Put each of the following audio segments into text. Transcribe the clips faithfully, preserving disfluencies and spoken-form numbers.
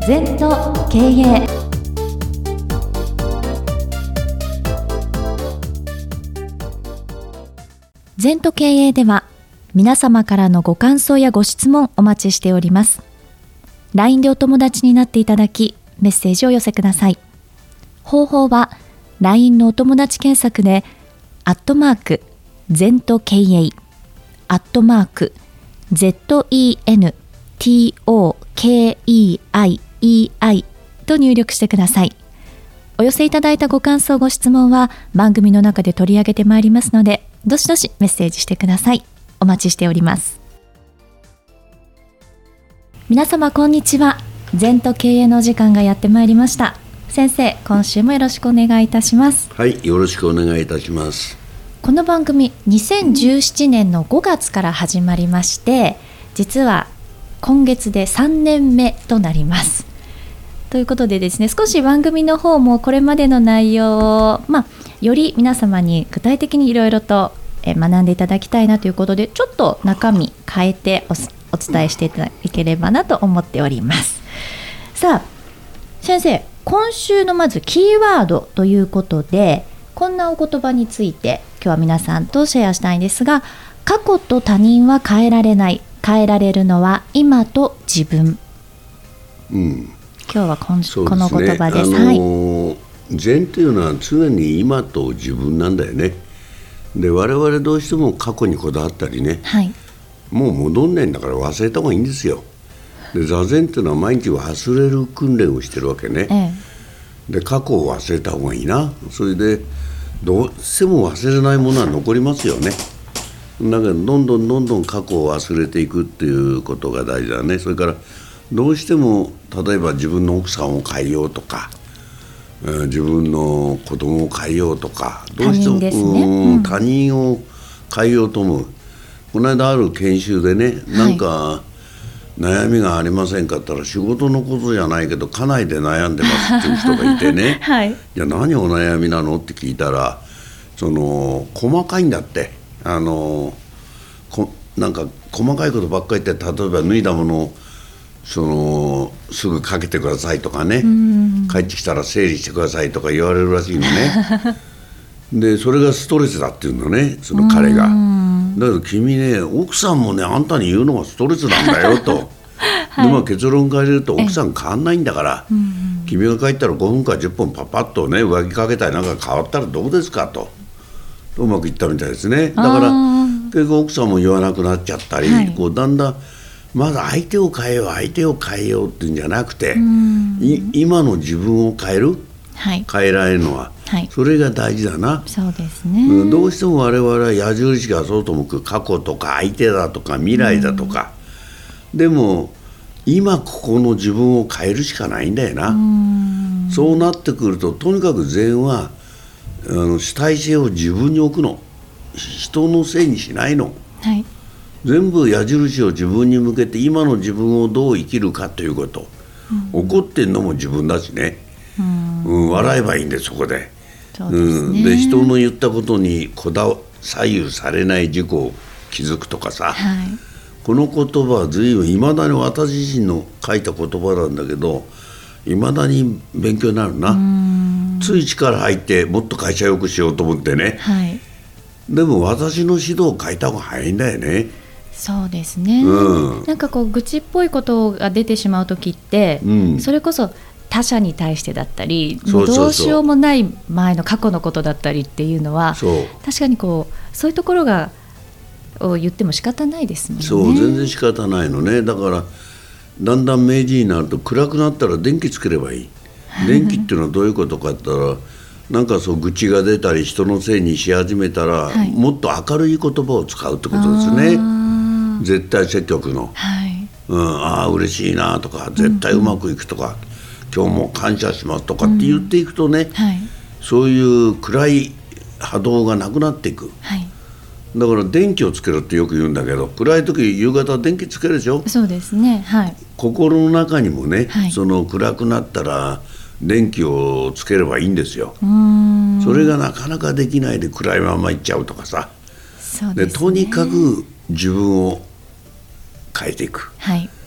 禅と経営。禅と経営では皆様からのご感想やご質問お待ちしております。 ライン でお友達になっていただきメッセージをお寄せください。方法は ライン のお友達検索でアットマーク禅と経営アットマーク ゼットイーエヌティーオーケーイーアイイーアイ と入力してください。お寄せいただいたご感想ご質問は番組の中で取り上げてまいりますので、どしどしメッセージしてください。お待ちしております。皆様こんにちは。禅と経営の時間がやってまいりました。先生、今週もよろしくお願いいたします。 はい、よろしくお願いいたします。 この番組にせんじゅうななねんのごがつから始まりまして、実は今月でさんねんめとなります。ということでですね、少し番組の方もこれまでの内容を、まあ、より皆様に具体的にいろいろと学んでいただきたいなということで、ちょっと中身変えて お, お伝えしていただければなと思っております。さあ先生、今週のまずキーワードということで、こんなお言葉について今日は皆さんとシェアしたいんですが、過去と他人は変えられない、変えられるのは今と自分、うん、今日はこん、そうですね、この言葉です。 あのーはい、禅というのは常に今と自分なんだよね。で我々どうしても過去にこだわったりね、はい、もう戻んないんだから忘れた方がいいんですよ。で座禅というのは毎日忘れる訓練をしてるわけね、ええ、で過去を忘れた方がいいな。それでどうしても忘れないものは残りますよね。だからどんどんどんどん過去を忘れていくっていうことが大事だね。それからどうしても例えば自分の奥さんを変えようとか、えー、自分の子供を変えようとか、どうしても他人ですね、うん、他人を変えようと思う。この間ある研修でね、なんか悩みがありませんかって言ったら、仕事のことじゃないけど家内で悩んでますっていう人がいてね、はい、いや何お悩みなのって聞いたら、その細かいんだって。あのこなんか細かいことばっかり言って、例えば脱いだものをそのすぐかけてくださいとかね、帰ってきたら整理してくださいとか言われるらしいのねでそれがストレスだっていうのね、その彼が。だけど君ね、奥さんもねあんたに言うのがストレスなんだよとはい、でまあ、結論から言うと奥さん変わんないんだから、君が帰ったらごふんかじゅっぷんパッパッとね上着かけたりなんか変わったらどうですかと、うまくいったみたいですね。だから結構奥さんも言わなくなっちゃったり、はい、こうだんだんまだ相手を変えよう相手を変えようっていうんじゃなくて、今の自分を変える、はい、変えられるのは、はい、それが大事だな。 そうですね、 うん、どうしても我々は矢印がそうと向く過去とか相手だとか未来だとか、でも今ここの自分を変えるしかないんだよな。うそうなってくると、とにかく禅はあの主体性を自分に置くの、人のせいにしないの、はい、全部矢印を自分に向けて今の自分をどう生きるかということ、うん、怒ってんのも自分だしね、うんうん、笑えばいいんでそこで。そうですね、うん、で人の言ったことにこだわ左右されない自己を築くとかさ、はい、この言葉は随分いまだに私自身の書いた言葉なんだけど、いまだに勉強になるな。つい力入ってもっと会社よくしようと思ってね、はい、でも私の指導を変えた方が早いんだよね。 そうですね、うん、なんかこう愚痴っぽいことが出てしまう時って、うん、それこそ他者に対してだったり、もうどうしようもない前の過去のことだったりっていうのは、確かにこうそういうところがを言っても仕方ないですもんね。 そう、全然仕方ないのね。だからだんだん明治になると暗くなったら電気つければいい。電気っていうのはどういうことかって言ったら、なんかそう愚痴が出たり人のせいにし始めたら、はい、もっと明るい言葉を使うってことですね。絶対積極の、はいうん、ああ嬉しいなとか、絶対うまくいくとか、うんうん、今日も感謝しますとかって言っていくとね、うんはい、そういう暗い波動がなくなっていく、はい、だから電気をつけるってよく言うんだけど、暗い時夕方電気つけるでしょ。 そうですね、はい、 心の中にもね、はい、その暗くなったら電気をつければいいんですよ。うーん、それがなかなかできないで暗いままいっちゃうとかさ。そうですね、でとにかく自分を変えていく、はい、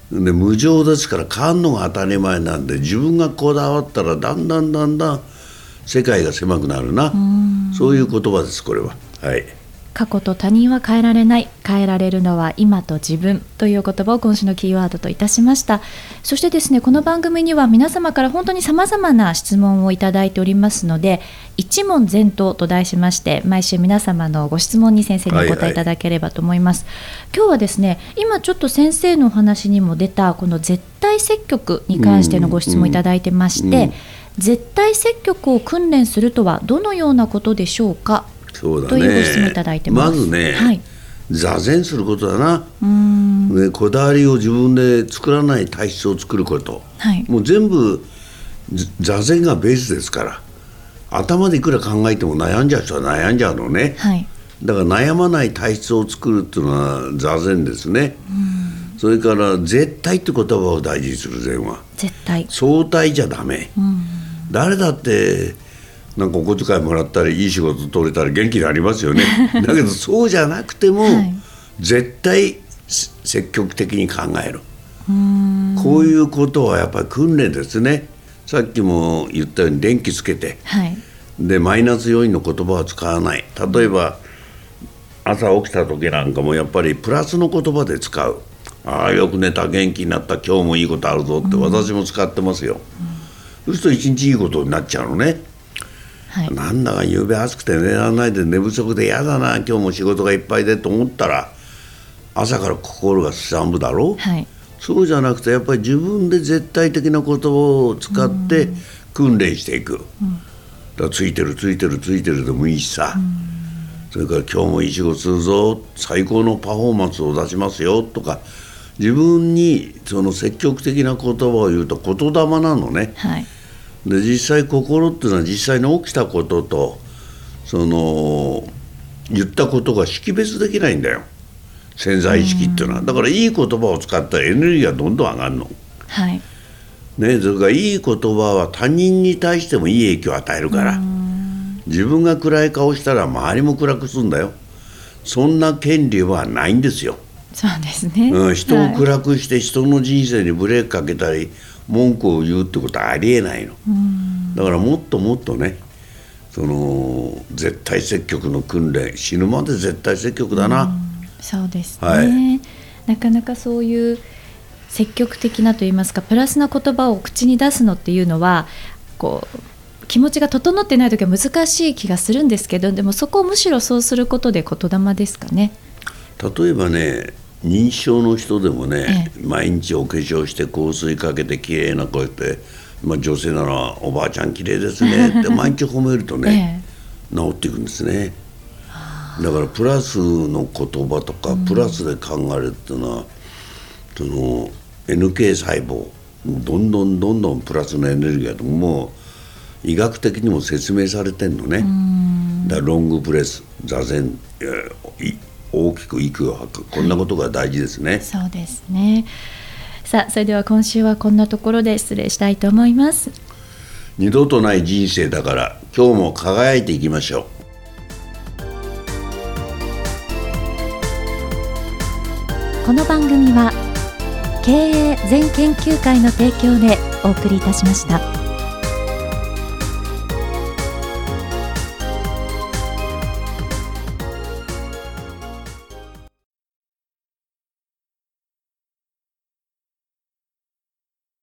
で無常ですから変わるのが当たり前なんで、自分がこだわったらだんだんだんだん世界が狭くなるな、うそういう言葉です。これは、はい、 過去と他人は変えられない、変えられるのは今と自分という言葉を今週のキーワードといたしました。そしてですね、この番組には皆様から本当に様々な質問をいただいておりますので、一問全答と題しまして、毎週皆様のご質問に先生にお答えいただければと思います。はいはい、今日はですね、今ちょっと先生のお話にも出たこの絶対積極に関してのご質問いただいてまして、うんうん、絶対積極を訓練するとはどのようなことでしょうか、 そうだね、 というご質問いただいてます。 まずね、はい、座禅することだな。 うーん、 ね、こだわりを自分で作らない体質を作ること、はい、もう全部座禅がベースですから、頭でいくら考えても悩んじゃう人は悩んじゃうのね、はい、だから悩まない体質を作るっていうのは座禅ですね。うん、それから絶対って言葉を大事にする。禅は絶対、 相対じゃダメ、うん、誰だってなんかお小遣いもらったりいい仕事取れたら元気になりますよねだけどそうじゃなくても、はい、絶対積極的に考える。うーん、こういうことはやっぱり訓練ですね。さっきも言ったように電気つけて、はい、でマイナス要因の言葉は使わない。例えば朝起きた時なんかもやっぱりプラスの言葉で使う。ああよく寝た、元気になった、今日もいいことあるぞって私も使ってますよ。うん、そうすると一日いいことになっちゃうのね。はい、なんだか夕べ暑くて寝られないで寝不足で嫌だな、今日も仕事がいっぱいでと思ったら朝から心がすさむだろう、はい、そうじゃなくてやっぱり自分で絶対的な言葉を使って訓練していく。うん、だからついてるついてるついてるでもいいしさ、うん、それから今日もいい仕事するぞ、最高のパフォーマンスを出しますよとか、自分にその積極的な言葉を言うと言霊なのね。はい、で実際心っていうのは実際に起きたこととその言ったことが識別できないんだよ、潜在意識っていうのは。だからいい言葉を使ったらエネルギーがどんどん上がるの、はいね、それからいい言葉は他人に対してもいい影響を与えるから、自分が暗い顔したら周りも暗くするんだよ。そんな権利はないんですよ。 そうですね、 うん、人を暗くして人の人生にブレーキかけたり文句を言うってことはありえないの。うん、だからもっともっとね、その絶対積極の訓練、死ぬまで絶対積極だな。うん、 そうですね、はい、なかなかそういう積極的なといいますかプラスな言葉を口に出すのっていうのはこう気持ちが整ってない時は難しい気がするんですけど、でもそこをむしろそうすることで言霊ですかね。 例えばね、認知症の人でもね、ええ、毎日お化粧して香水かけて綺麗な声で、まあ、女性ならおばあちゃん綺麗ですねって毎日褒めるとね、ええ、治っていくんですね。だからプラスの言葉とか、うん、プラスで考えるっていうのはその エヌケー 細胞どんどんどんどんプラスのエネルギーがもう医学的にも説明されてんのね。うん、だからロングプレス、座禅、大きく息を吐く、こんなことが大事ですね。はい、 そうですね。さあそれでは今週はこんなところで失礼したいと思います。 二度とない人生だから今日も輝いていきましょう。 この番組は経営全研究会の提供でお送りいたしました。